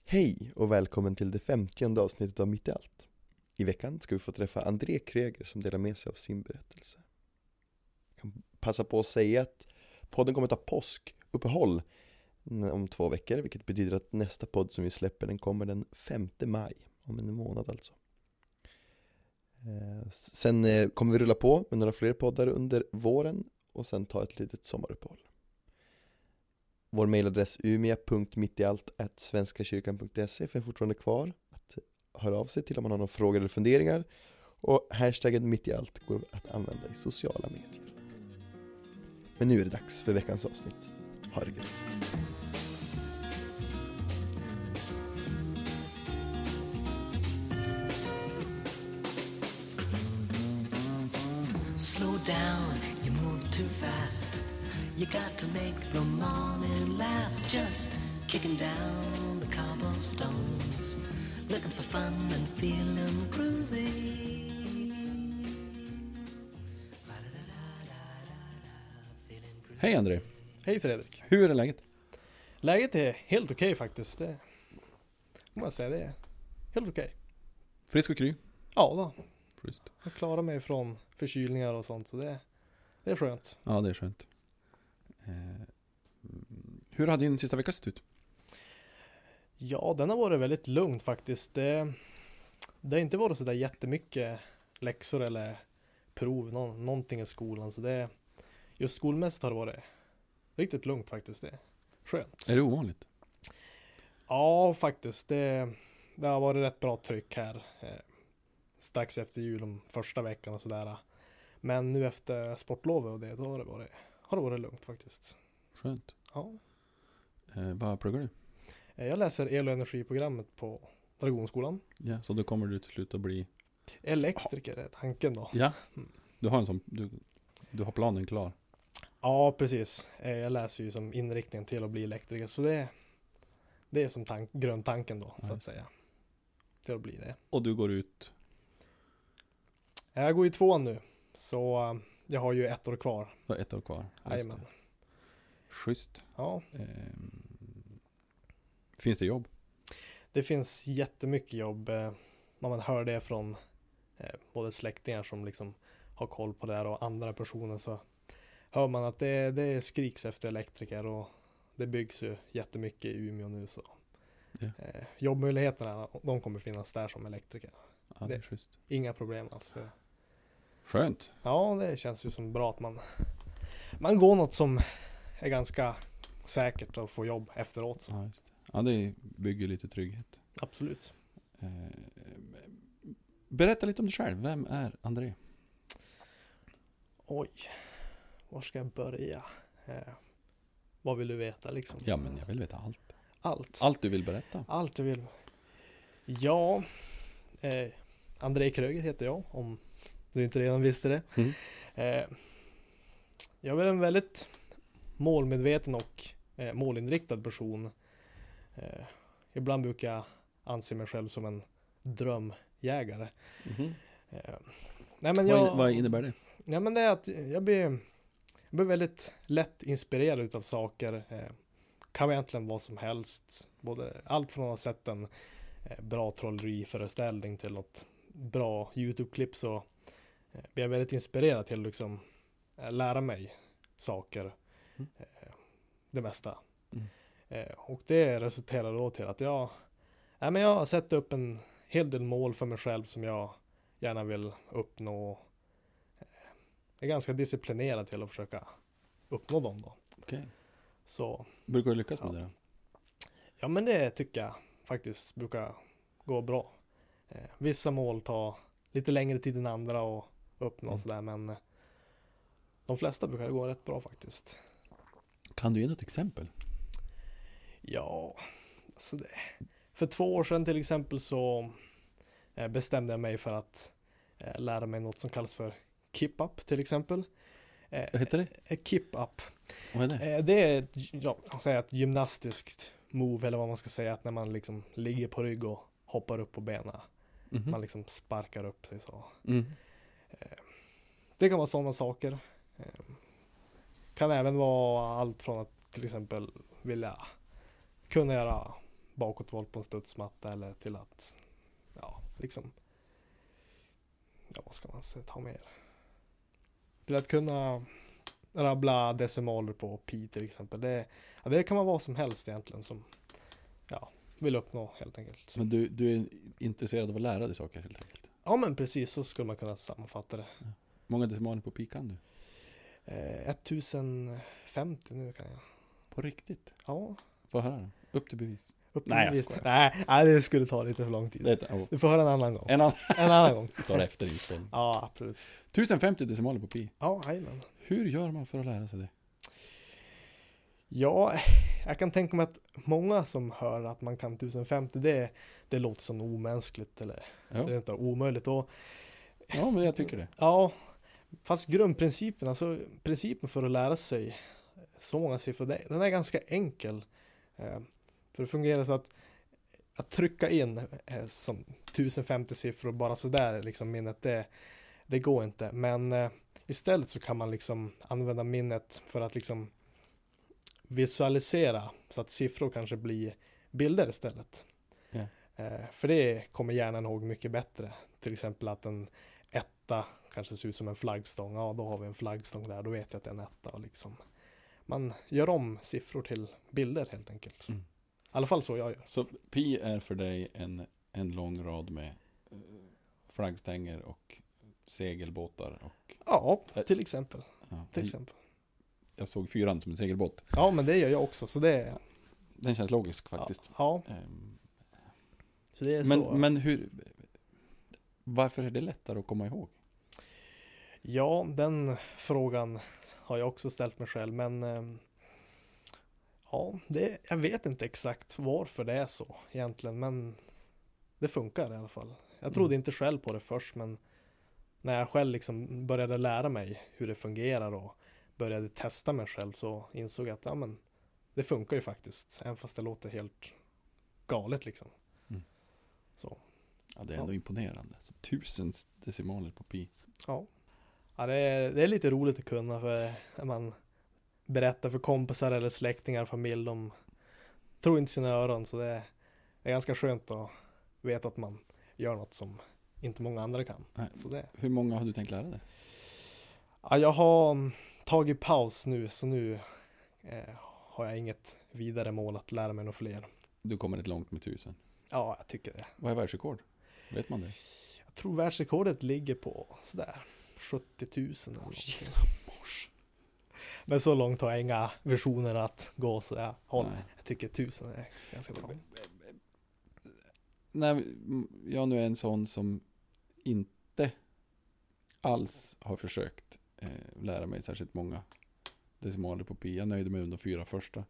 Hej och välkommen till det 50:e avsnittet av Mitt i allt. I veckan ska vi få träffa André Kröger som delar med sig av sin berättelse. Jag kan passa på att säga att podden kommer att ta påskuppehåll om 2 veckor, vilket betyder att nästa podd som vi släpper den kommer den 5 maj, om en månad alltså. Sen kommer vi rulla på med några fler poddar under våren och sen ta ett litet sommaruppehåll. Vår mejladress umia.mittiallt@svenskakyrkan.se finns fortfarande kvar att höra av sig till om man har några frågor eller funderingar. Och hashtaggen mittiallt går att använda i sociala medier. Men nu är det dags för veckans avsnitt. Ha det gött! Slow down, you move too fast. You got to make the morning last. Just kicking down the cobblestones, looking for fun and feeling groovy. Hej André, Hej Fredrik. hur är läget? Läget är helt okej faktiskt. Det måste jag säga, det är helt okej. Frisk och kry? Ja då, Just. jag klarar mig från förkylningar och sånt, så det är skönt. Ja, det är skönt. Hur har din sista vecka sett ut? Ja, den har varit väldigt lugnt faktiskt. Det har inte varit så där jättemycket läxor eller prov, någonting i skolan. Så just skolmässigt har det varit riktigt lugnt faktiskt. Det är skönt. Är det ovanligt? Ja, faktiskt. Det har varit rätt bra tryck här strax efter jul om första veckan och sådär. Men nu efter sportlovet och då har det varit lugnt faktiskt. Skönt. Ja. Vad pluggar du? Jag läser el- och energiprogrammet på Dragonskolan. Ja, så då kommer du till slut att bli... Elektriker är tanken då. Ja, du har en sån... Du har planen klar. Ja, precis. Jag läser ju som inriktningen till att bli elektriker. Så det är som grundtanken då, så att säga. Till att bli det. Och du går ut... Jag går i 2:an nu. Så jag har ju 1 år kvar. Du har 1 år kvar. Just Jajamän. det. Schysst. Ja, Finns det jobb? det finns jättemycket jobb. Man hör det från både släktingar som liksom har koll på det här och andra personer, så hör man att det skriks efter elektriker och det byggs ju jättemycket i Umeå nu, så Ja. Jobbmöjligheterna, de kommer finnas där som elektriker. Ja, det är schysst. Inga problem alls. Skönt. Ja, det känns ju som bra att man går något som är ganska säkert att få jobb efteråt. Så. Ja, just det. Ja, det bygger lite trygghet. Absolut. Berätta lite om dig själv. Vem är André? Oj, var ska jag börja? Vad vill du veta liksom? Ja, men jag vill veta allt. Allt. Allt du vill berätta. Allt du vill. Ja, André Kröger heter jag, om du inte redan visste det. Mm. Jag är en väldigt målmedveten och målinriktad person. Ibland brukar jag anse mig själv som en drömjägare. Mm-hmm. Nej, men Vad innebär det? Ja, men det är att jag blir väldigt lätt inspirerad utav saker. Kan egentligen vad som helst. Både allt från att ha sett en bra trolleriföreställning till något bra YouTube-klipp, så blir jag väldigt inspirerad till liksom lära mig saker. Det mesta. Och det resulterar då till att jag har sett upp en hel del mål för mig själv som jag gärna vill uppnå. Jag är ganska disciplinerad till att försöka uppnå dem då. Okej. Så, Brukar du lyckas med det då? ja, men det tycker jag faktiskt brukar gå bra. Vissa mål tar lite längre tid än andra att uppnå sådär, men de flesta brukar gå rätt bra faktiskt. Kan du ge något exempel? Ja, alltså för 2 år sedan till exempel så bestämde jag mig för att lära mig något som kallas för Keep-Up till exempel. Vad heter det? Keep-Up. Vad är det? Det är ett gymnastiskt move, eller vad man ska säga, att när man liksom ligger på rygg och hoppar upp på benen. Mhm. Man liksom sparkar upp sig så. Mm. Det kan vara sådana saker. Kan även vara allt från att till exempel vilja kunna göra bakåtvolt på en studsmatta eller till att liksom vad ska man säga, ta mer? Till att kunna rabbla decimaler på pi till exempel. Det kan vara vad som helst egentligen som vill uppnå helt enkelt. Men du är intresserad av att lära dig saker helt enkelt? Ja, men precis, så skulle man kunna sammanfatta det. Ja. Många decimaler på pi kan du? 1050 nu kan jag. På riktigt? Ja. Få höra. Upp till bevis. Nej, jag skojar. Nej, det skulle ta lite för lång tid. Du får höra en annan gång. En annan gång. Vi tar efter inspelning. Ja, absolut. 1050 decimaler på pi. Ja, jajamän. Hur gör man för att lära sig det? Ja, jag kan tänka mig att många som hör att man kan 1050, det låter som omänskligt eller det är inte omöjligt. Och, ja, men jag tycker det. Ja, fast grundprincipen, alltså principen för att lära sig så många siffror, den är ganska enkel. För det fungerar så att trycka in som 1050 siffror bara sådär liksom minnet, det går inte. Men istället så kan man liksom använda minnet för att liksom visualisera så att siffror kanske blir bilder istället. För det kommer hjärnan ihåg mycket bättre. Till exempel att en etta kanske ser ut som en flaggstång. Ja, då har vi en flaggstång där. Då vet jag att det är en etta. Och liksom. Man gör om siffror till bilder helt enkelt. I alla fall så jag gör. Så pi är för dig en lång rad med flaggstänger och segelbåtar? Ja, till exempel. Ja, till exempel. Jag såg 4 som en segelbåt. Ja, men det gör jag också. Så det... Den känns logisk faktiskt. Ja. Så det är så. Men varför är det lättare att komma ihåg? Ja, den frågan har jag också ställt mig själv. Men jag vet inte exakt varför det är så egentligen. Men det funkar i alla fall. Jag trodde inte själv på det först. Men när jag själv liksom började lära mig hur det fungerar och började testa mig själv, så insåg jag att det funkar ju faktiskt. Även fast det låter helt galet liksom. Så. Ja, det är ändå imponerande. Så 1000 decimaler på pi. Ja, det är lite roligt att kunna, för när man berättar för kompisar eller släktingar, familj, de tror inte sina öron, så det är ganska skönt att veta att man gör något som inte många andra kan. Så hur många har du tänkt lära dig? Ja, jag har tagit paus nu, så nu har jag inget vidare mål att lära mig några fler. Du kommer rätt långt med 1000. Ja, jag tycker det. Vad är världsrekord? Vet man det? Jag tror världsrekordet ligger på sådär 70 000 eller någonting. Men så långt har jag inga visioner att gå, så jag tycker 1000 är ganska bra. När jag nu är en sån som inte alls har försökt lära mig särskilt många decimaler på pi. Jag nöjde mig med de 4 första.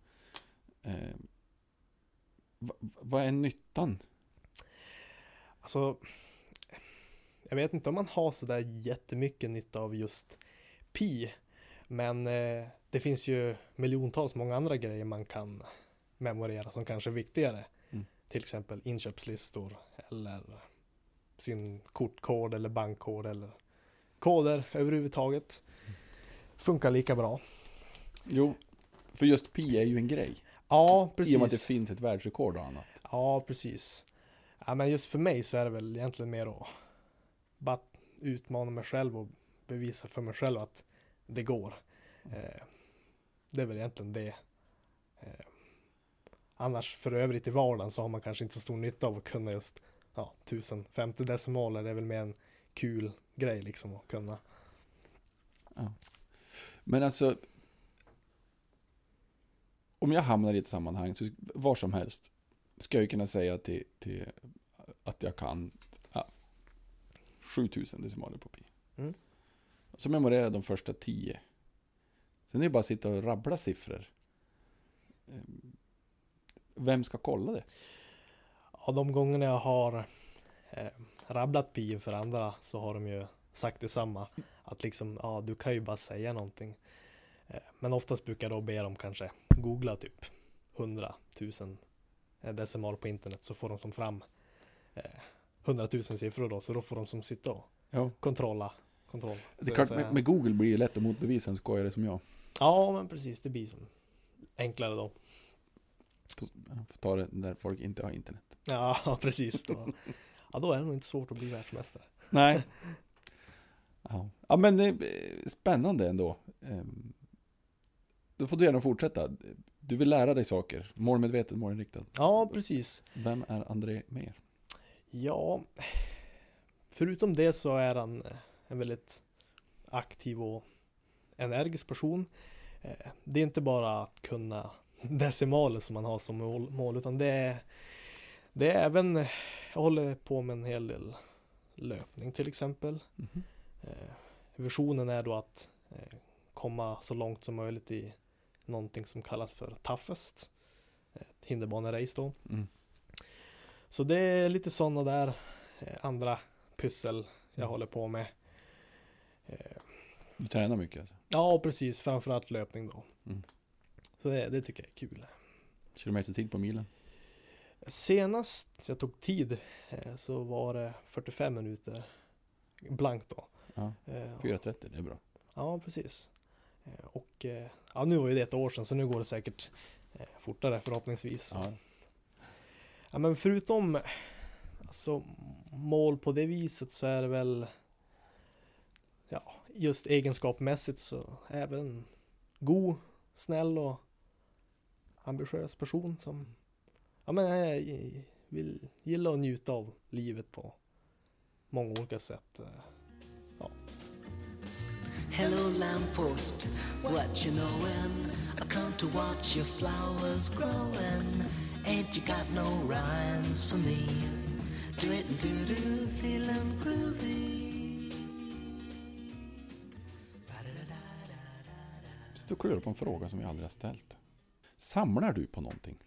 Vad är nyttan? Alltså, jag vet inte om man har så där jättemycket nytta av just pi. Men det finns ju miljontals många andra grejer man kan memorera som kanske är viktigare. Till exempel inköpslistor eller sin kortkod eller bankkod eller koder överhuvudtaget. Funkar lika bra. Jo, för just pi är ju en grej. Ja, precis. I och med att det finns ett världsrekord och annat. Ja, precis. Ja, men just för mig så är det väl egentligen mer att bara utmana mig själv och bevisa för mig själv att det går. Det är väl egentligen det. Annars för övrigt i vardagen så har man kanske inte så stor nytta av att kunna just 1050 decimaler. Det är väl mer en kul grej liksom att kunna. Ja. Men alltså, om jag hamnar i ett sammanhang så var som helst ska jag kunna säga till att jag kan 7000 decimaler på pi. Så memorerar jag de första 10. Sen är det bara att sitta och rabbla siffror. Vem ska kolla det? Ja, de gångerna jag har rabblat pi för andra så har de ju sagt detsamma. Att liksom, du kan ju bara säga någonting. Men oftast brukar jag då be dem kanske googla typ 100 000 decimal på internet, så får de som fram 100 000 siffror då. Så då får de som sitta och kontroll. Det är klart, med Google blir det lätt att motbevisa en skojare som jag. Ja, men precis, det blir som enklare då. Får ta det där folk inte har internet. Ja, precis. Då är det nog inte svårt att bli världsmästare. Nej. Ja, men det är spännande ändå. Då får du gärna fortsätta. Du vill lära dig saker. Målmedveten, målinriktad. Ja, precis. Vem är André mer? Ja, förutom det så är han en väldigt aktiv och energisk person. Det är inte bara att kunna decimaler som man har som mål, utan det är även, jag håller på med en hel del löpning till exempel. Mhm. Visionen är då att komma så långt som möjligt i någonting som kallas för toughest, ett hinderbanerace då. Mm. Så det är lite sådana där andra pussel jag håller på med. Du tränar mycket alltså? Ja, precis. Framförallt löpning då. Mm. Så det tycker jag är kul. Kilometer tid på milen? Senast jag tog tid så var det 45 minuter blankt då. Ja, 4.30, det är bra. Ja, precis. Och ja, nu var ju det ett år sedan, så nu går det säkert fortare förhoppningsvis. Ja. Ja, men förutom alltså, mål på det viset så är det väl just egenskapmässigt så även god, snäll och ambitiös person som vill gilla och njuta av livet på många olika sätt. Hello lamppost, what you knowin'? I come to watch your flowers growin'. Ain't you got no rhymes for me? Do it and do feelin' groovy. Så du klurar på en fråga som jag aldrig har ställt. Samlar du på någonting?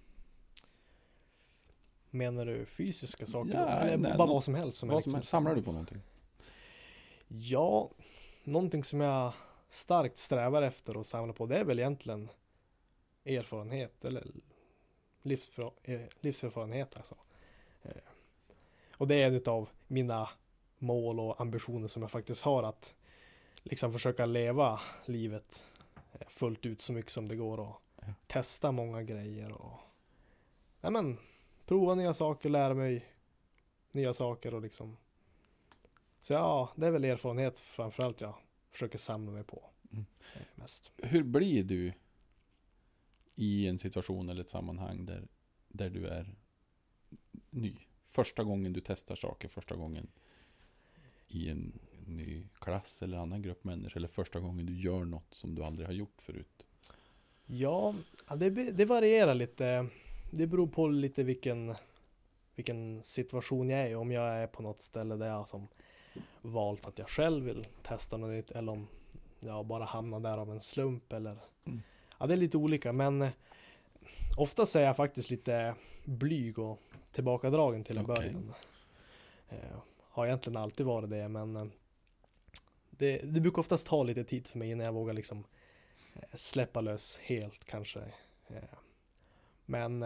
Menar du fysiska saker? Ja, Eller nej, bara vad som helst? Vad som helst. Samlar du på någonting? Ja, någonting som jag starkt strävar efter att samla på, det är väl egentligen erfarenhet eller livserfarenhet alltså. Och det är en av mina mål och ambitioner som jag faktiskt har, att liksom försöka leva livet fullt ut så mycket som det går och testa många grejer och prova nya saker, lära mig nya saker och liksom. Så ja, det är väl erfarenhet framförallt jag försöker samla mig på mest. Hur blir du i en situation eller ett sammanhang där du är ny? Första gången du testar saker, första gången i en ny klass eller annan grupp människor, eller första gången du gör något som du aldrig har gjort förut? Ja, det varierar lite. Det beror på lite vilken situation jag är i. Om jag är på något ställe där jag som valt att jag själv vill testa något nytt, eller om jag bara hamnar där av en slump eller ja, det är lite olika, men oftast är jag faktiskt lite blyg och tillbakadragen till en början. Har egentligen alltid varit det, men det brukar oftast ta lite tid för mig innan jag vågar liksom släppa lös helt kanske. Men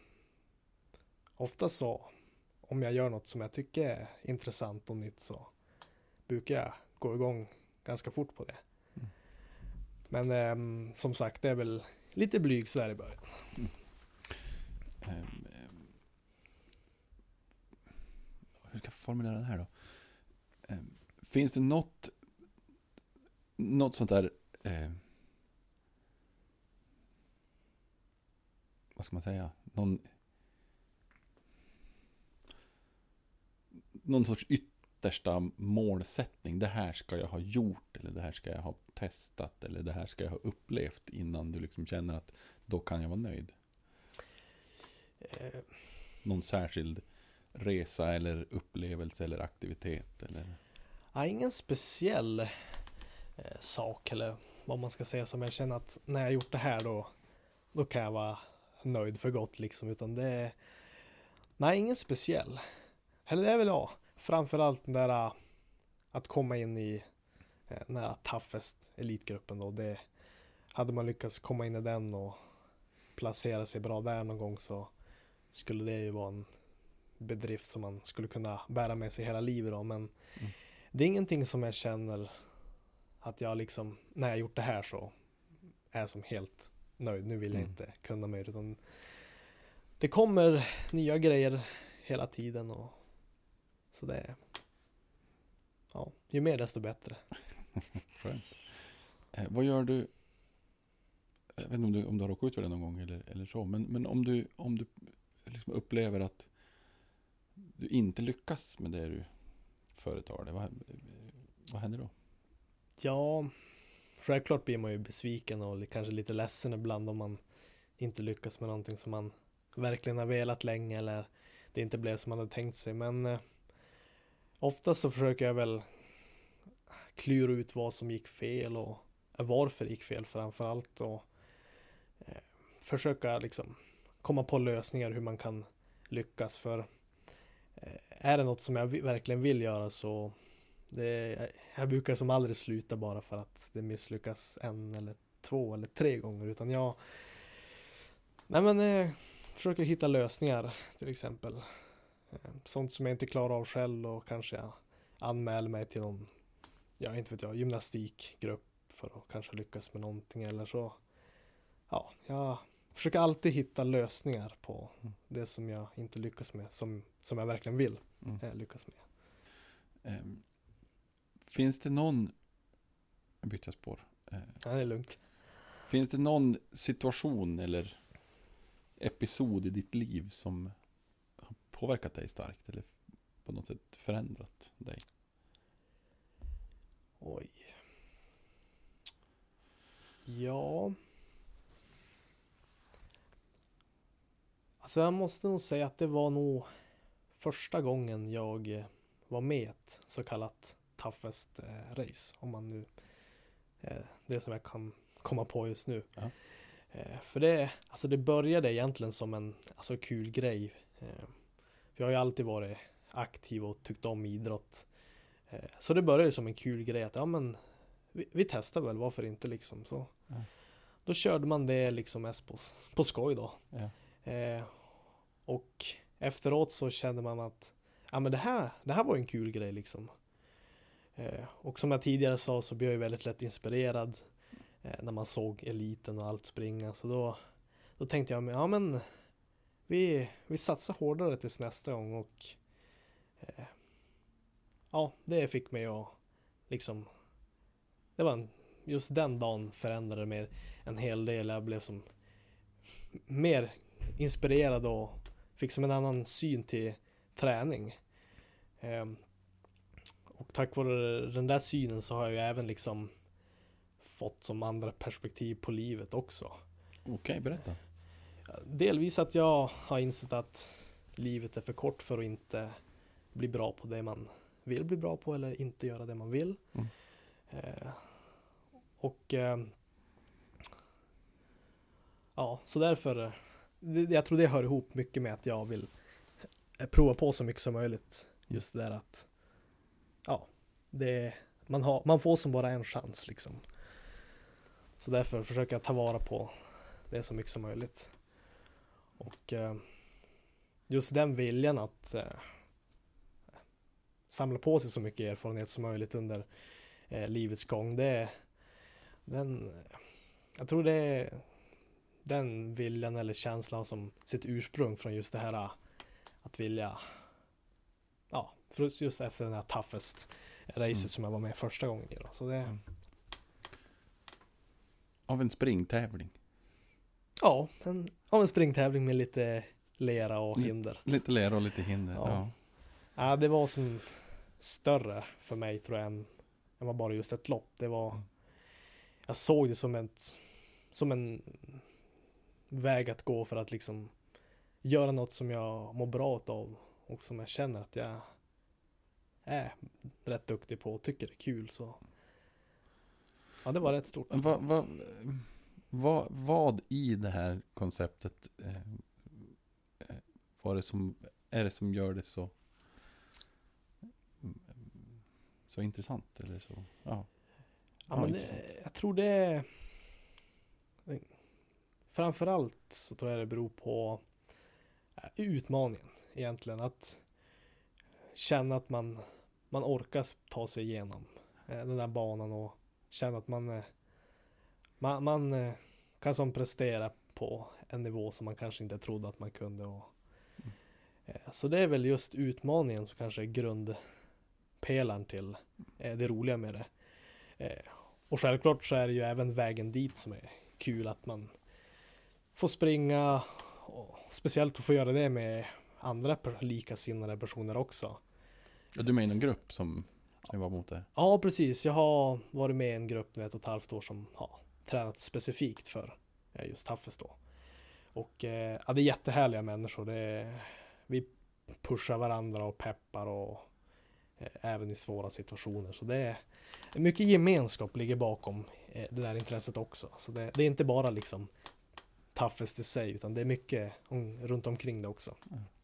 ofta så, om jag gör något som jag tycker är intressant och nytt, så brukar jag gå igång ganska fort på det. Men som sagt, det är väl lite blyg så där i början. Hur ska jag formulera det här då? Finns det något sånt där vad ska man säga? Någon sorts yttersta målsättning. Det här ska jag ha gjort, eller det här ska jag ha testat, eller det här ska jag ha upplevt innan du liksom känner att då kan jag vara nöjd. Någon särskild resa eller upplevelse eller aktivitet eller? Ja, ingen speciell sak eller vad man ska säga som jag känner att när jag gjort det här då kan jag vara nöjd för gott liksom, utan det är ingen speciell. Eller det är väl framförallt den där att komma in i den här toughest elitgruppen då. Det hade man lyckats komma in i den och placera sig bra där någon gång, så skulle det ju vara en bedrift som man skulle kunna bära med sig hela livet då. Men det är ingenting som jag känner att jag liksom, när jag gjort det här så är som helt nöjd. Nu vill jag inte kunna mer, utan det kommer nya grejer hela tiden och så det är, ja, ju mer desto bättre. Skönt. Vad gör du? Jag vet inte om du har råkat ut för det någon gång eller så. Men om du liksom upplever att du inte lyckas med det du företar dig, vad händer då? Ja, självklart blir man ju besviken och kanske lite ledsen ibland om man inte lyckas med någonting som man verkligen har velat länge eller det inte blev som man hade tänkt sig. Men oftast så försöker jag väl klura ut vad som gick fel och varför det gick fel framförallt och försöka liksom komma på lösningar hur man kan lyckas. För är det något som jag verkligen vill göra så jag brukar som aldrig sluta bara för att det misslyckas 1 eller 2 eller 3 gånger, utan jag försöker hitta lösningar, till exempel sånt som jag inte klarar av själv och kanske jag anmäler mig till någon, ja inte vet jag, gymnastikgrupp för att kanske lyckas med någonting eller så. Ja, jag försöker alltid hitta lösningar på det som jag inte lyckas med, som jag verkligen vill lyckas med. Finns det någon, jag byter spår. Ja, det är lugnt. Finns det någon situation eller episod i ditt liv som har påverkat dig starkt eller på något sätt förändrat dig? Oj. Ja. Alltså jag måste nog säga att det var nog första gången jag var med i ett så kallat toughest race. Om man nu, det som jag kan komma på just nu. Ja. För det började egentligen som en kul grej. För jag har ju alltid varit aktiv och tyckt om idrott. Så det började som en kul grej att ja men vi testar väl, varför inte liksom så. Ja. Då körde man det liksom mest på skoj då. Ja. Och efteråt så kände man att ja men det här var en kul grej liksom. Och som jag tidigare sa så blev jag väldigt lätt inspirerad när man såg eliten och allt springa. Så då tänkte jag, ja men vi satsar hårdare tills nästa gång. Och ja, det fick mig att liksom, det var just den dagen förändrade mig en hel del. Jag blev som mer inspirerad och fick som en annan syn till träning. Och tack vare den där synen så har jag ju även liksom fått som andra perspektiv på livet också. Okej, berätta. Delvis att jag har insett att livet är för kort för att inte bli bra på det man vill bli bra på eller inte göra det man vill. Ja, så därför jag tror det hör ihop mycket med att jag vill prova på så mycket som möjligt. Just det där att ja, man får som bara en chans liksom. Så därför försöker jag ta vara på det så mycket som möjligt. Och just den viljan att samla på sig så mycket erfarenhet som möjligt under livets gång, jag tror det är den viljan eller känslan som sitt ursprung från just det här att vilja, ja, för just efter den här toughest racet som jag var med första gången i då. Så det Av en springtävling. Ja, av en springtävling med lite lera och hinder. Lite lera och lite hinder, ja. Ja, det var som större för mig tror jag än var bara just ett lopp. Det var, jag såg det som en väg att gå för att liksom göra något som jag mår bra av och som jag känner att jag är rätt duktig på och tycker det är kul. Så ja, det var rätt stort. Vad i det här konceptet är det som gör det så intressant eller så? Ja, men jag tror det framförallt så tror jag det beror på utmaningen egentligen, att känna att man orkar ta sig igenom den där banan och känna att man kan som prestera på en nivå som man kanske inte trodde att man kunde. Så det är väl just utmaningen som kanske är grundpelaren till det roliga med det. Och självklart så är det ju även vägen dit som är kul, att man får springa, och speciellt att få göra det med andra likasinnade personer också. Ja, du är med i en grupp som var mot det? Ja, precis. Jag har varit med i en grupp med 1,5 år som har tränat specifikt för just Toughest då. Och det är jättehärliga människor. Vi pushar varandra och peppar, och även i svåra situationer. Så det är mycket gemenskap ligger bakom det där intresset också. Så det är inte bara liksom Toughest i sig, utan det är mycket runt omkring det också.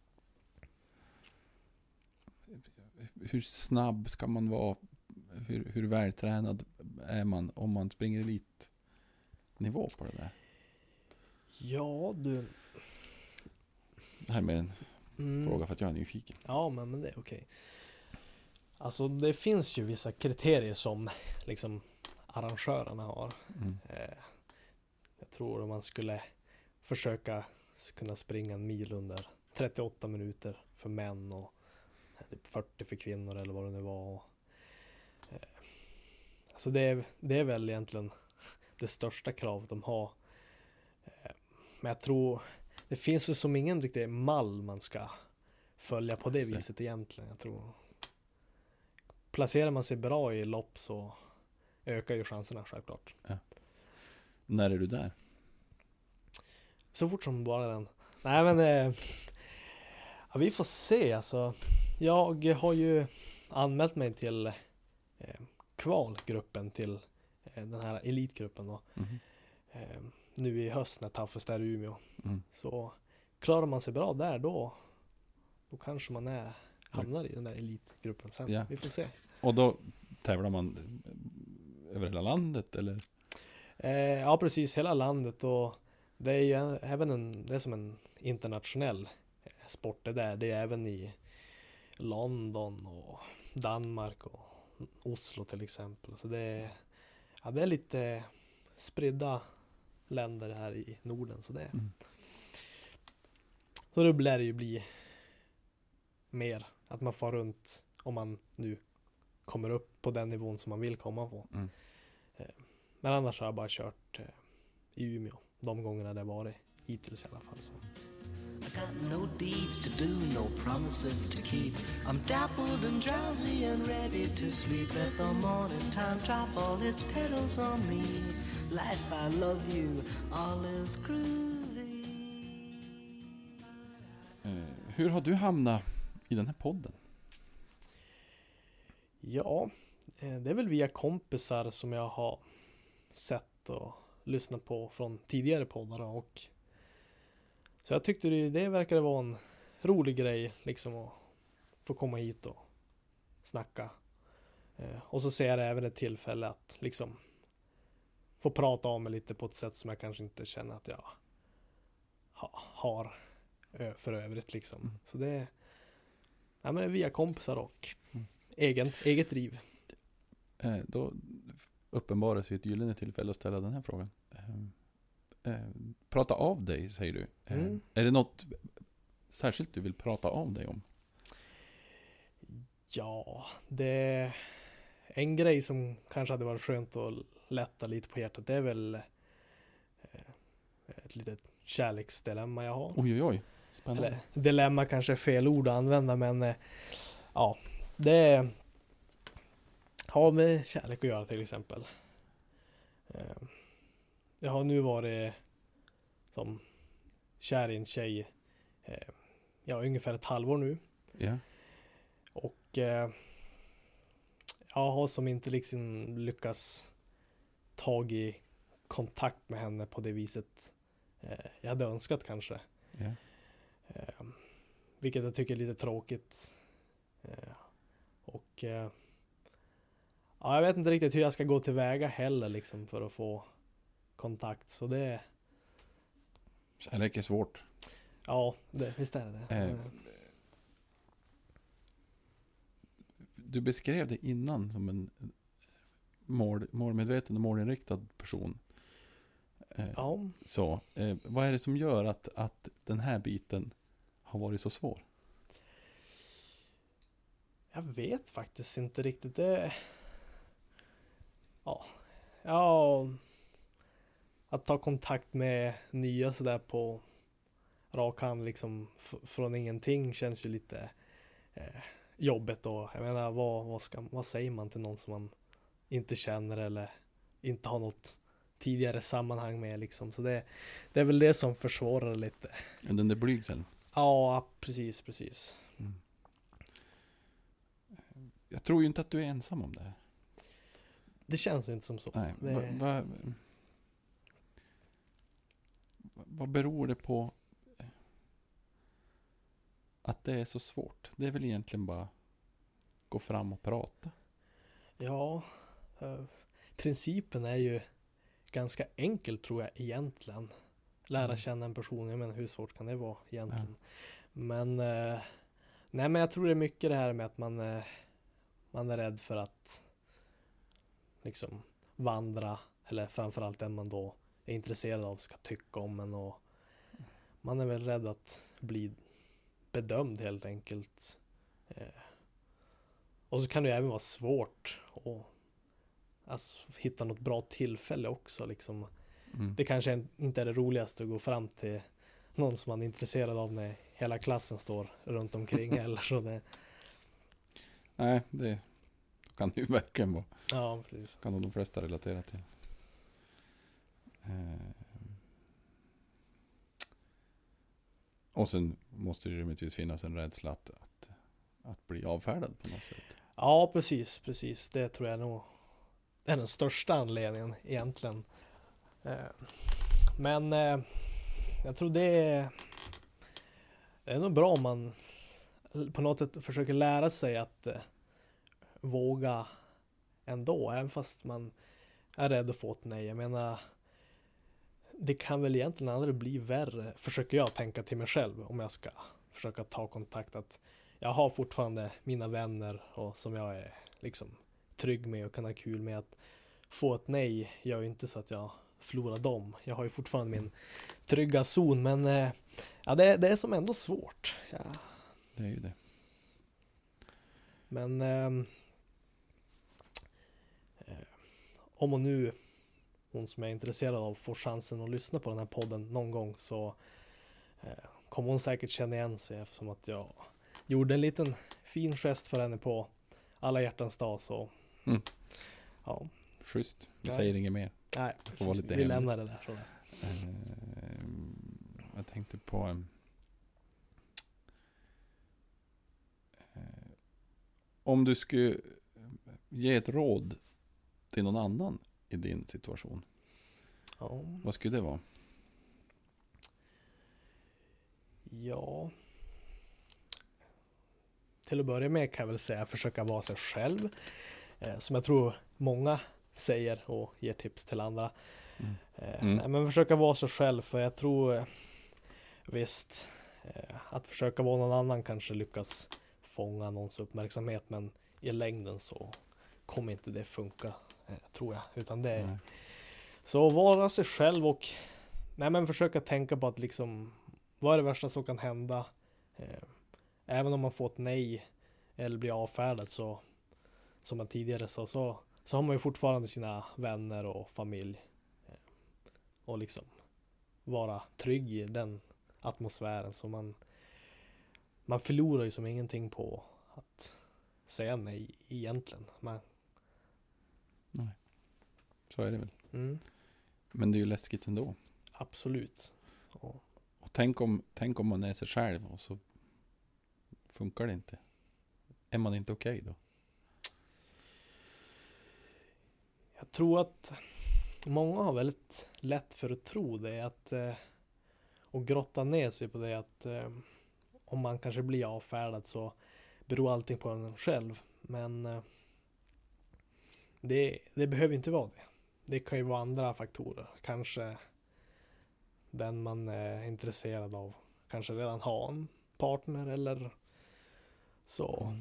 Hur snabb ska man vara? Hur vältränad är man om man springer elitnivå på det där? Ja, du... Det här med en fråga för att jag är nyfiken. Ja, men det är okej. Alltså det finns ju vissa kriterier som liksom arrangörerna har. Jag tror att man skulle försöka kunna springa en mil under 38 minuter för män och typ 40 för kvinnor eller vad det nu var. Så det är väl egentligen det största kravet de har. Men jag tror det finns ju som ingen riktig mall man ska följa på det viset egentligen. Jag tror placerar man sig bra i lopp så ökar ju chanserna självklart. Ja. När är du där? Så fort som bara den. Nej men ja, vi får se alltså. Jag har ju anmält mig till kvalgruppen till den här elitgruppen då. Nu i höst när Toughest är i Umeå. Så klarar man sig bra där då kanske man hamnar i den där elitgruppen sen. Ja. Vi får se. Och då tävlar man över hela landet eller? Ja precis, hela landet, och det är ju även det är som en internationell sport det där. Det är även i London och Danmark och Oslo till exempel. Så det är lite spridda länder här i Norden, så så det lär det ju bli mer att man får runt om man nu kommer upp på den nivån som man vill komma på. Men annars har jag bara kört i Umeå de gångerna det varit hittills i alla fall. Så. I got no deeds to do, no promises to keep. I'm dappled and drowsy and ready to sleep. Let the morning time drop all its petals on me. Life, I love you, all is groovy. Hur har du hamnat i den här podden? Ja, det är väl via kompisar som jag har sett och lyssnat på från tidigare poddar, och så jag tyckte det verkade vara en rolig grej liksom att få komma hit och snacka. Och så ser jag även ett tillfälle att liksom få prata om mig lite på ett sätt som jag kanske inte känner att jag har för övrigt liksom. Så det är via kompisar och eget driv. Då uppenbarar sig ett gyllene tillfälle att ställa den här frågan. Prata av dig, säger du. Är det något särskilt du vill prata av dig om? Ja, det är en grej som kanske hade varit skönt att lätta lite på hjärtat. Det är väl ett litet kärleksdilemma jag har. Oj. Spännande. Eller dilemma kanske är fel ord att använda, men ja, det har med kärlek att göra till exempel. Jag har nu varit som kär i en tjej ungefär ett halvår nu. Ja. Och jag har som inte liksom lyckats ta i kontakt med henne på det viset jag hade önskat kanske. Ja. Vilket jag tycker är lite tråkigt. Och jag vet inte riktigt hur jag ska gå tillväga heller liksom för att få kontakt. Så det... Kärlek är svårt. Ja, visst är det. Du beskrev det innan som en målmedveten och målinriktad person. Ja, Så, vad är det som gör att den här biten har varit så svår? jag vet faktiskt inte riktigt. Det... Ja, att ta kontakt med nya sådär på rak hand liksom från ingenting känns ju lite jobbigt då. Jag menar, vad säger man till någon som man inte känner eller inte har något tidigare sammanhang med liksom. Så det är väl det som försvårar lite. Den där blygseln. Ja, precis. Mm. Jag tror ju inte att du är ensam om det här. Det känns inte som så. Nej. Det... Vad beror det på att det är så svårt? Det är väl egentligen bara gå fram och prata. Ja, principen är ju ganska enkel tror jag egentligen. Lära känna en person, jag menar hur svårt kan det vara egentligen? Ja. Men nej, men jag tror det är mycket det här med att man är rädd för att liksom vandra, eller framförallt den man då är intresserad av ska tycka om en, och man är väl rädd att bli bedömd helt enkelt. Och så kan det ju även vara svårt att alltså, hitta något bra tillfälle också liksom. Det kanske inte är det roligaste att gå fram till någon som man är intresserad av när hela klassen står runt omkring eller så det. Nej, det kan ju verkligen vara. Ja, precis. Kan nog de flesta relatera till. Och sen måste det rimligtvis finnas en rädsla att bli avfärdad på något sätt. Ja, precis. Det tror jag nog är den största anledningen egentligen. Men jag tror det är nog bra om man på något sätt försöker lära sig att våga ändå, även fast man är rädd att få ett nej. Jag menar, det kan väl egentligen aldrig bli värre, försöker jag tänka till mig själv, om jag ska försöka ta kontakt, att jag har fortfarande mina vänner och som jag är liksom trygg med och kan ha kul med. Att få ett nej gör ju inte så att jag förlorar dem. Jag har ju fortfarande min trygga zon, men ja, det är som ändå svårt. Ja. Det är ju det. Men om och nu hon som jag är intresserad av får chansen att lyssna på den här podden någon gång, så kommer hon säkert känna igen sig, eftersom att jag gjorde en liten fin gest för henne på alla hjärtans dag. Så ja. Schysst. Vi säger inget mer. Nej, får vara lite vi lämnar det där. Jag tänkte på om du skulle ge ett råd till någon annan i din situation. Ja. Vad skulle det vara? Ja. Till att börja med kan jag väl säga försöka vara sig själv. Som jag tror många säger och ger tips till andra. Men försöka vara sig själv, för jag tror visst att försöka vara någon annan kanske lyckas fånga någons uppmärksamhet, men i längden så kommer inte det funka, tror jag, utan det är så vara sig själv och försöka tänka på att liksom, vad är det värsta som kan hända, även om man får ett nej eller blir avfärdad, så som man tidigare sa, så har man ju fortfarande sina vänner och familj, och liksom vara trygg i den atmosfären. Så man förlorar ju som ingenting på att säga nej egentligen. Nej, så är det väl. Men det är ju läskigt ändå. Absolut. Och tänk om man är sig själv och så funkar det inte. Är man inte okej då? Jag tror att många har väldigt lätt för att tro det, att och grotta ner sig på det, att om man kanske blir avfärdad så beror allting på en själv. Men det behöver inte vara det. Det kan ju vara andra faktorer. Kanske den man är intresserad av kanske redan har en partner, eller så.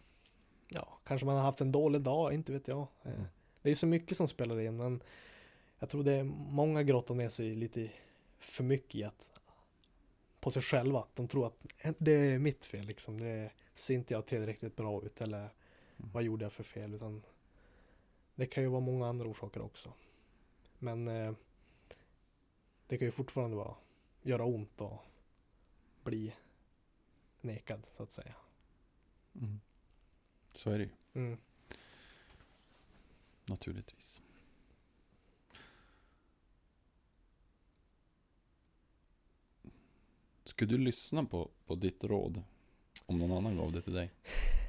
Ja, kanske man har haft en dålig dag, inte vet jag. Det är så mycket som spelar in, men jag tror det är många grottar ner sig lite för mycket i att på sig själva. De tror att det är mitt fel liksom. Det ser inte jag tillräckligt bra ut eller vad gjorde jag för fel, utan det kan ju vara många andra orsaker också. Men det kan ju fortfarande göra ont och bli nekad så att säga. Mm. Så är det ju. Mm. Naturligtvis. Skulle du lyssna på ditt råd om någon annan gav det till dig?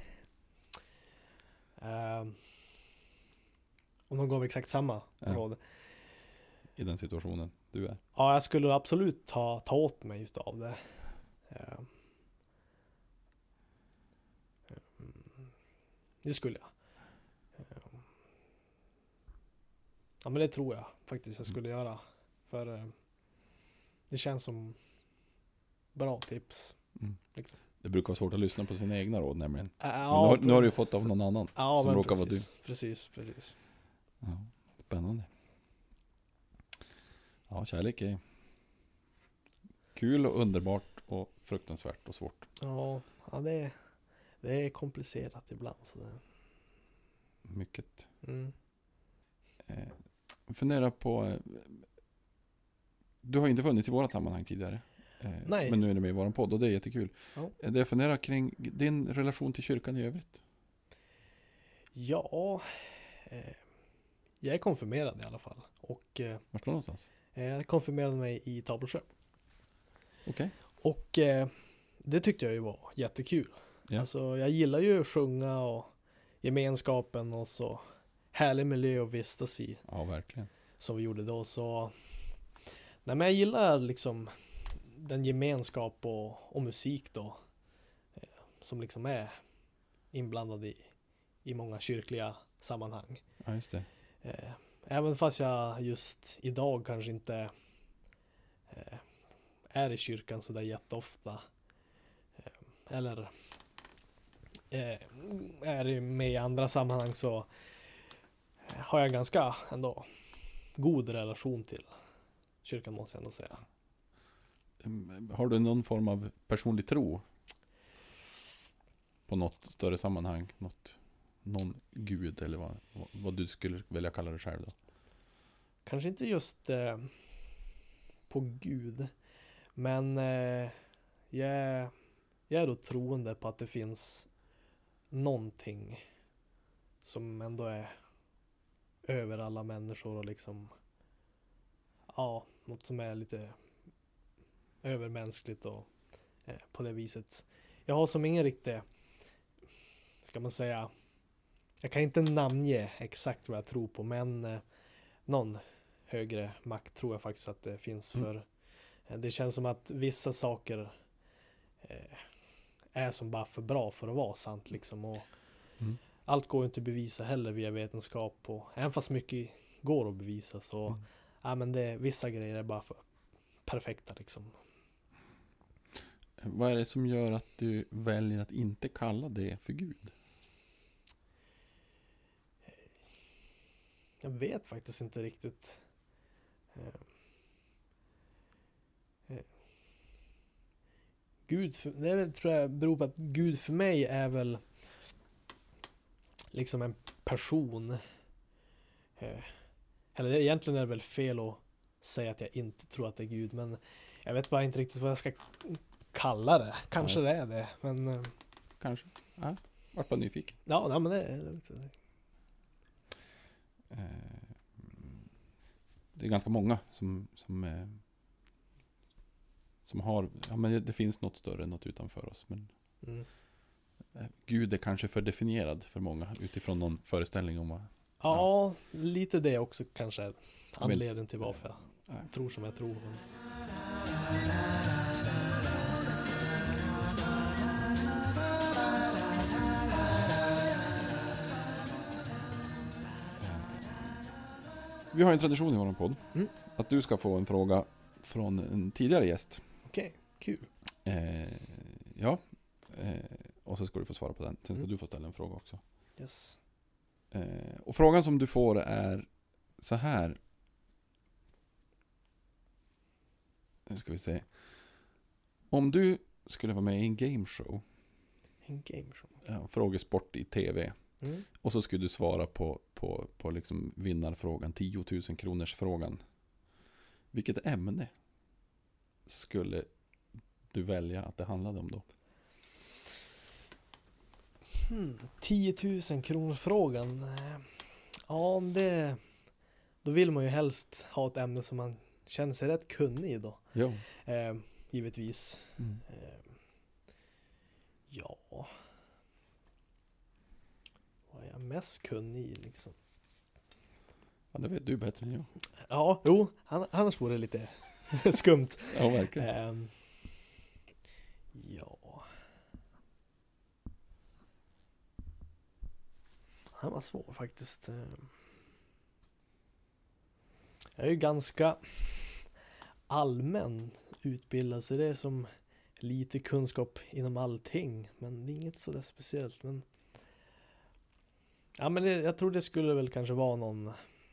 Om de gav exakt samma råd. I den situationen du är. Ja, jag skulle absolut ta åt mig utav det. Det skulle jag. Ja, men det tror jag faktiskt jag skulle göra. För det känns som bra tips. Mm. Liksom. Det brukar vara svårt att lyssna på sina egna råd nämligen. Ja, men nu har du ju fått av någon annan. ja, som men råkar vara du. Precis. Ja, spännande. Ja, kärlek är kul och underbart och fruktansvärt och svårt. Ja, det är komplicerat ibland. Så det... Mycket. Mm. Fundera på... Du har inte funnits i vårat sammanhang tidigare. Nej. Men nu är du med i våran podd och det är jättekul. Ja. Det funderar kring din relation till kyrkan i övrigt. Ja, jag är konfirmerad i alla fall. Och Vart då någonstans? jag konfirmerade mig i Tavelsjö. Okej. Och det tyckte jag ju var jättekul. Ja. Alltså jag gillar ju att sjunga och gemenskapen och så härlig miljö att vistas i. Ja, verkligen. Som vi gjorde då. Så nej, men jag gillar liksom den gemenskap och musik då. Som liksom är inblandad i många kyrkliga sammanhang. Ja, just det. Även fast jag just idag kanske inte är i kyrkan så där jätteofta. Eller är med i andra sammanhang, så har jag ganska ändå god relation till kyrkan, måste jag ändå säga. Har du någon form av personlig tro på något större sammanhang? Någon gud eller vad du skulle vilja kalla det själv då? Kanske inte just på Gud, men jag är då troende på att det finns någonting som ändå är över alla människor och liksom något som är lite övermänskligt och på det viset. Jag har som ingen riktig, ska man säga, jag kan inte namnge exakt vad jag tror på, men någon högre makt tror jag faktiskt att det finns. För det känns som att vissa saker är som bara för bra för att vara sant liksom. Och allt går inte att bevisa heller via vetenskap, och även fast mycket går att bevisa så men vissa grejer är bara för perfekta liksom. Vad är det som gör att du väljer att inte kalla det för Gud? Jag vet faktiskt inte riktigt. Gud, det tror jag beror på att Gud för mig är väl liksom en person. Eller egentligen är det väl fel att säga att jag inte tror att det är Gud, men jag vet bara inte riktigt vad jag ska kalla det. Kanske det är det, men... Kanske. Ja, vart bara nyfiken. Ja, men det är lite... Det är ganska många som har, men det finns något större, något utanför oss, men Gud är kanske för definierad för många utifrån någon föreställning om vad... Ja, lite det också kanske är anledningen till varför jag tror som jag tror. Vi har en tradition i vår podd att du ska få en fråga från en tidigare gäst. Okej, kul. Och så ska du få svara på den. Sen ska du få ställa en fråga också. Yes. Och frågan som du får är så här. Nu ska vi se. Om du skulle vara med i en gameshow. En gameshow. Ja, frågesport i tv. Mm. Och så skulle du svara på liksom vinnarfrågan, 10 000 kronors frågan. Vilket ämne skulle du välja att det handlade om då? 10 000 kronor frågan. Ja, då vill man ju helst ha ett ämne som man känner sig rätt kunnig i då. Ja. Givetvis. Mm. Ja. Vad är jag mest kunnig i liksom? Ja, det vet du bättre än jag. Ja, jo, annars vore det lite skumt. Ja, verkligen. Ja. Det var svår faktiskt. Jag är ju ganska allmän utbildad, så det är som lite kunskap inom allting, men det är inget sådär speciellt. Men ja, men jag tror det skulle väl kanske vara någon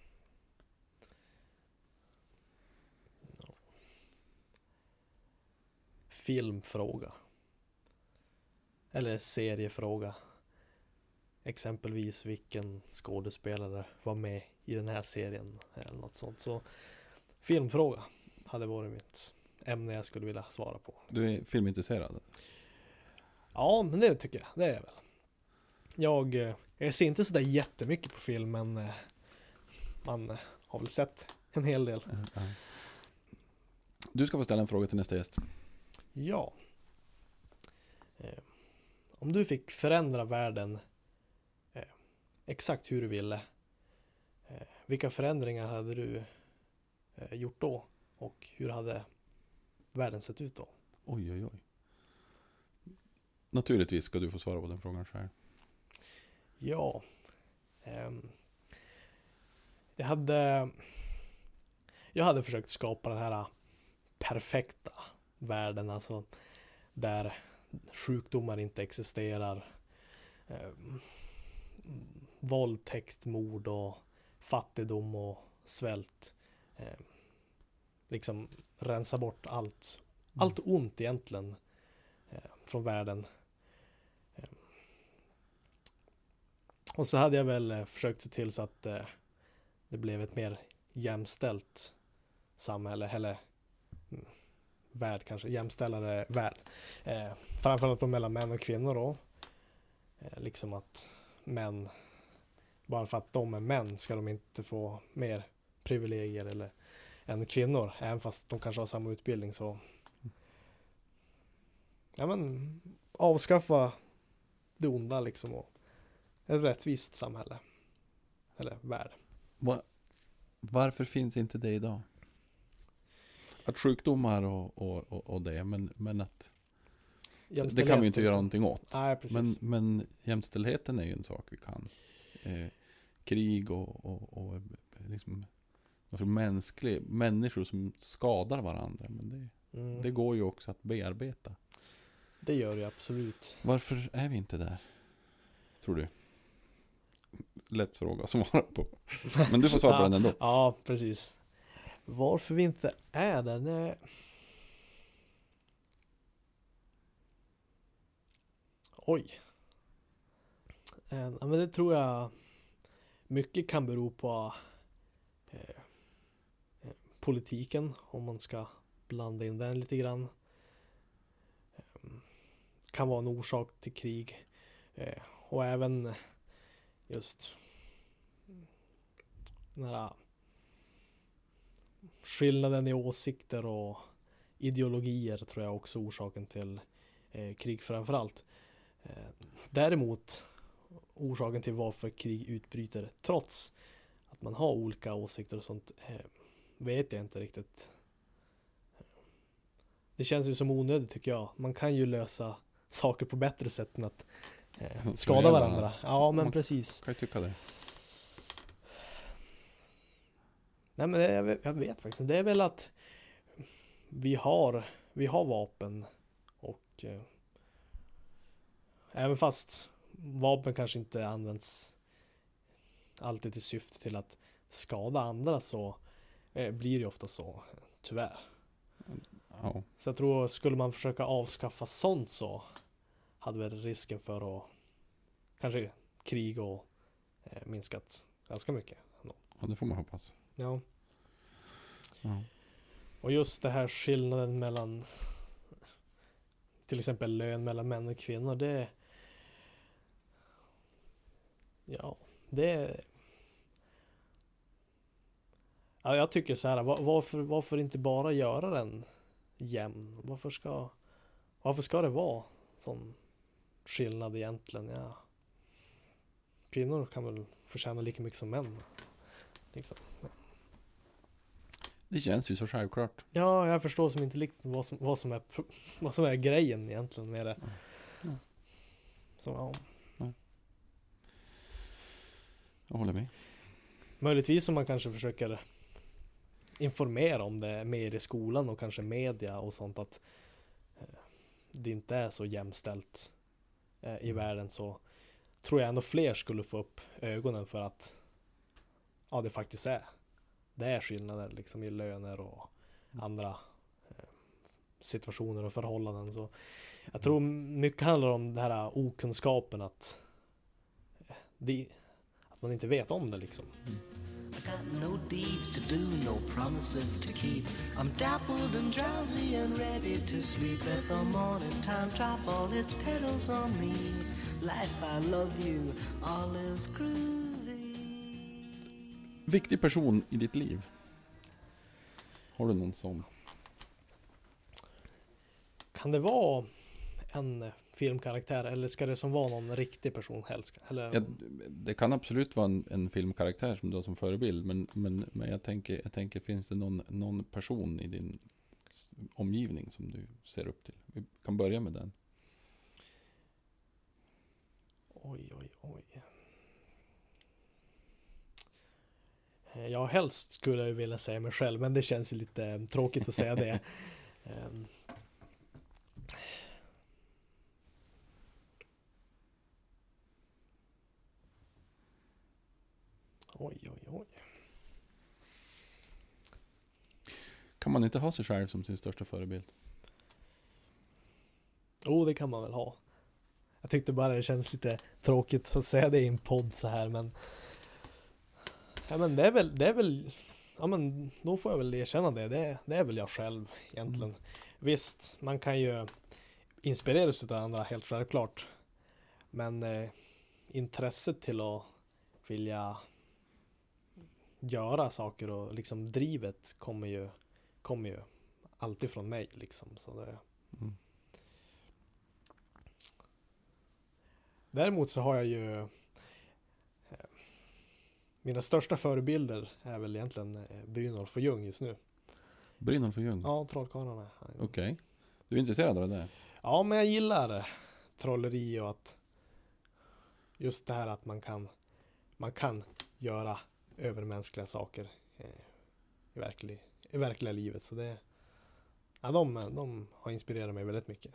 filmfråga eller seriefråga. Exempelvis vilken skådespelare var med i den här serien eller något sånt. Så filmfråga hade varit mitt ämne jag skulle vilja svara på. Du är filmintresserad? Ja, men det tycker jag. Det är jag väl. Jag ser inte sådär jättemycket på film, men man har väl sett en hel del. Ja. Du ska få ställa en fråga till nästa gäst. Ja. Om du fick förändra världen exakt hur du ville, vilka förändringar hade du gjort då? Och hur hade världen sett ut då? Oj, oj, oj. Naturligtvis ska du få svara på den frågan själv. Ja. Jag hade försökt skapa den här perfekta världen, alltså där sjukdomar inte existerar, våldtäkt, mord och fattigdom och svält, liksom rensa bort allt ont egentligen från världen. Och så hade jag väl försökt se till så att det blev ett mer jämställt samhälle, eller värld kanske, jämställare värld. Framförallt då mellan män och kvinnor då. Liksom att män, bara för att de är män ska de inte få mer privilegier eller än kvinnor, även fast de kanske har samma utbildning. Så ja, men avskaffa det onda liksom, och ett rättvist samhälle eller värld. Varför finns inte det idag? Att sjukdomar och det, men att det kan vi ju inte göra någonting åt. Nej, precis. Men jämställdheten är ju en sak vi kan. Krig och liksom människor som skadar varandra, men det går ju också att bearbeta. Det gör det absolut. Varför är vi inte där, tror du? Lätt fråga att svara på. Men du får svara på den ändå. Ja, precis. Varför vi inte är där? Nej. Oj. Men det tror jag mycket kan bero på politiken, om man ska blanda in den lite grann. Kan vara en orsak till krig. Och även just den här skillnaden i åsikter och ideologier tror jag också orsaken till krig framförallt. Däremot orsaken till varför krig utbryter trots att man har olika åsikter och sånt vet jag inte riktigt. Det känns ju som onödigt tycker jag. Man kan ju lösa saker på bättre sätt än att skada varandra. Ja, men precis. Kan jag tycka det? Nej, men jag vet faktiskt. Det är väl att vi har vapen och även fast vapen kanske inte används alltid till syfte till att skada andra, så blir det ofta så, tyvärr. Ja. Så jag tror, skulle man försöka avskaffa sånt så hade väl risken för att kanske krig och minskat ganska mycket. Ja, det får man hoppas. Ja. Ja. Och just det här skillnaden mellan till exempel lön mellan män och kvinnor, det ja, det ja, jag tycker så här, varför inte bara göra den jämn? Varför ska det vara sån skillnad egentligen? Ja. Kvinnor kan väl förtjäna lika mycket som män. Liksom. Det känns ju så självklart. Ja, jag förstår som inte riktigt vad som är grejen egentligen med det. Ja. Så ja. Jag håller med. Möjligtvis om man kanske försöker informera om det mer i skolan och kanske media och sånt, att det inte är så jämställt i världen, så tror jag ändå fler skulle få upp ögonen för att ja, det faktiskt det är skillnader liksom i löner och andra situationer och förhållanden. Så jag tror mycket handlar om den här okunskapen, att man inte vet om det liksom. I got no deeds to do, no promises to keep. I'm dappled and drowsy and ready to sleep. Let the morning time drop all its petals on me. Life, I love you, all is groovy. Viktig person i ditt liv? Har du någon sån? Kan det vara en filmkaraktär, eller ska det som vara någon riktig person helst? Eller? Ja, det kan absolut vara en filmkaraktär som du har som förebild, men jag tänker, finns det någon person i din omgivning som du ser upp till? Vi kan börja med den. Oj. Ja, helst skulle jag vilja säga mig själv, men det känns ju lite tråkigt att säga det. Oj. Kan man inte ha sig själv som sin största förebild? Det kan man väl ha. Jag tyckte bara det känns lite tråkigt att säga det i en podd så här, men ja, men det är väl ja, men då får jag väl erkänna det är väl jag själv egentligen. Visst, man kan ju inspireras av andra, helt självklart, men intresset till att vilja göra saker och liksom drivet kommer ju alltid från mig liksom, så det. Däremot så har jag ju mina största förebilder är väl egentligen Brynolf och Ljung just nu. Brynolf och Ljung? Ja, Trollkarlarna. Okej. Du är intresserad av det? Ja, men jag gillar trolleri och att just det här att man kan göra övermänskliga saker i verkliga livet. Så det, ja, de har inspirerat mig väldigt mycket.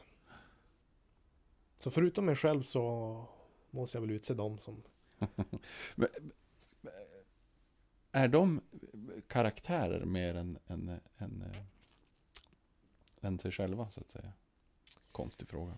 Så förutom mig själv så måste jag väl utse dem som. Är de karaktärer mer än sig själva, så att säga? Konstig fråga.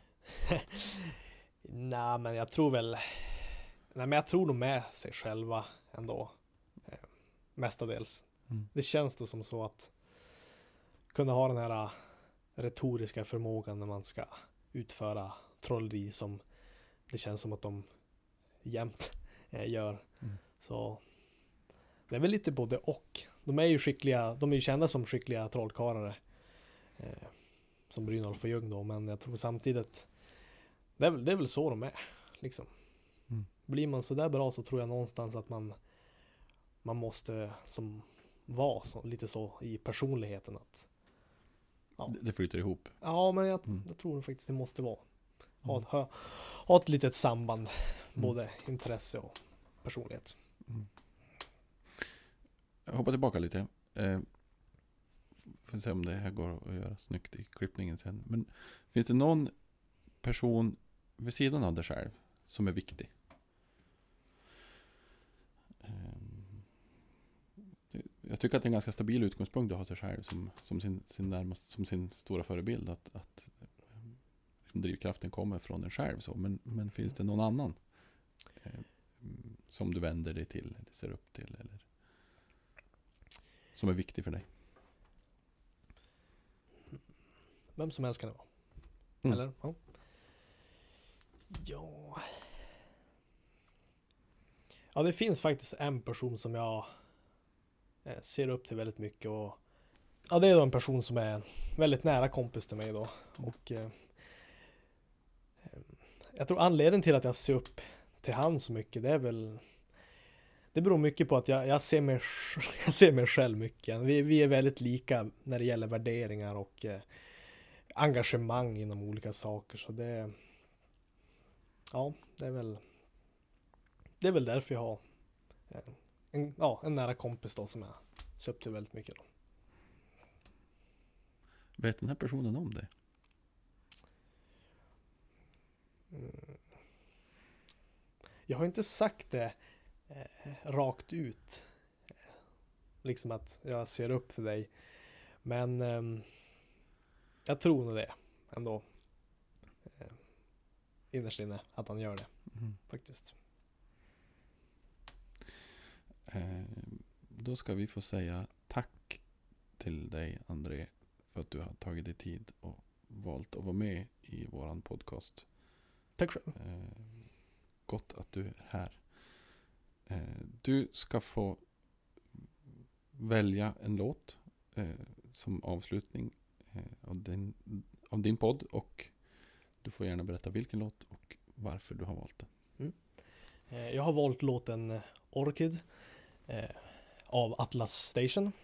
Nej, men jag tror de är sig själva ändå. Mestadels. Det känns då som så att kunna ha den här retoriska förmågan när man ska utföra trolleri, som det känns som att de jämt gör. Så det är väl lite både och. De är ju skickliga, de är ju kända som skickliga trollkarlare, som Brynolf och Ljung då, men jag tror samtidigt det är väl så de är liksom. Blir man så där bra, så tror jag någonstans att man måste vara lite så i personligheten att ja. Det flyter ihop. Ja, men jag tror faktiskt det måste vara ha ett litet samband, både intresse och personlighet. Jag hoppar tillbaka lite. Får se om det här går att göra snyggt i klippningen sen. Men finns det någon person vid sidan av dig själv som är viktig? jag tycker att det är en ganska stabil utgångspunkt att ha sig själv som sin stora förebild. Att drivkraften kommer från en själv. Så. Men finns det någon annan som du vänder dig till eller ser upp till eller som är viktig för dig? Vem som helst kan det vara. Eller? Ja. Ja, det finns faktiskt en person som jag ser upp till väldigt mycket. Och ja, det är då en person som är en väldigt nära kompis till mig då. Och jag tror anledningen till att jag ser upp till han så mycket, det beror mycket på att jag ser mig själv mycket. Vi är väldigt lika när det gäller värderingar och engagemang inom olika saker. Så det är väl därför jag har en nära kompis då som jag ser upp till väldigt mycket då. Vet den här personen om det? Jag har inte sagt det rakt ut. Liksom att jag ser upp till dig. Men jag tror nog det ändå. Innerst inne att han gör det. Faktiskt. Då ska vi få säga tack till dig, André, för att du har tagit dig tid och valt att vara med i våran podcast. Tack själv. Gott att du är här. Du ska få välja en låt som avslutning av din podd, och du får gärna berätta vilken låt och varför du har valt den. Jag har valt låten Orchid av Atlas Station.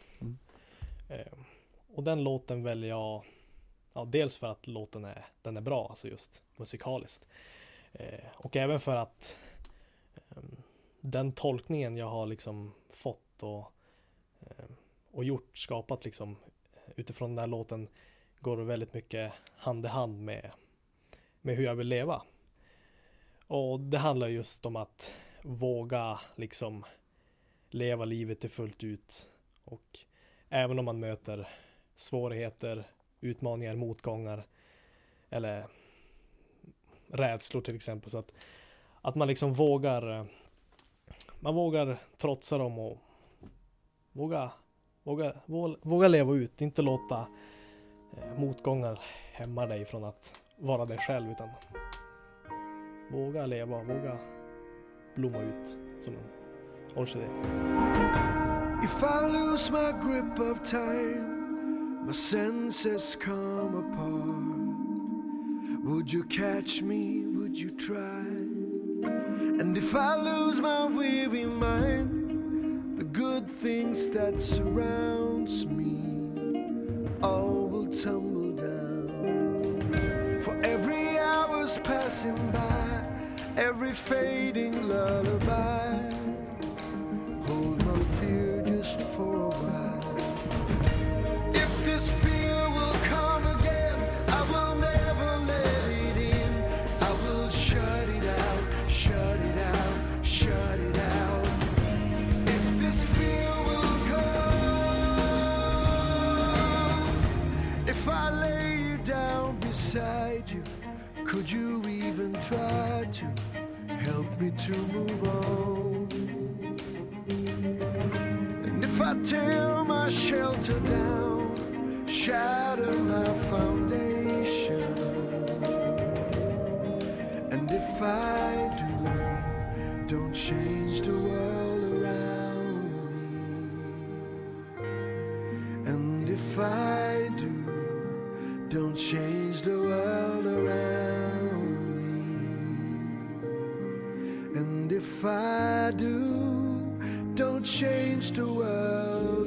Och den låten väljer jag dels för att den är bra, alltså just musikaliskt. Och även för att den tolkningen jag har liksom fått och skapat liksom utifrån den här låten går väldigt mycket hand i hand med hur jag vill leva. Och det handlar just om att våga liksom leva livet till fullt ut. Och även om man möter svårigheter, utmaningar, motgångar eller rädslor till exempel, så att man liksom vågar trotsa dem och våga leva ut, inte låta motgångar hämma dig från att vara dig själv, utan våga leva, våga blomma ut som en orkidé. If I lose my grip of time, my senses come apart. Would you catch me? Would you try? And if I lose my weary mind, the good things that surrounds me all will tumble down. For every hour's passing by, every fading lullaby, hold my fear just for a while. If this fear will come again, I will never let it in. I will shut it out, shut it out, shut it out. If this fear will come, if I lay you down beside you, could you even try to help me to move on? And if I tear my shelter down, shatter my foundation, and if I do, don't change the world around me. And if I do, don't change the world around me. And if I do, don't change the world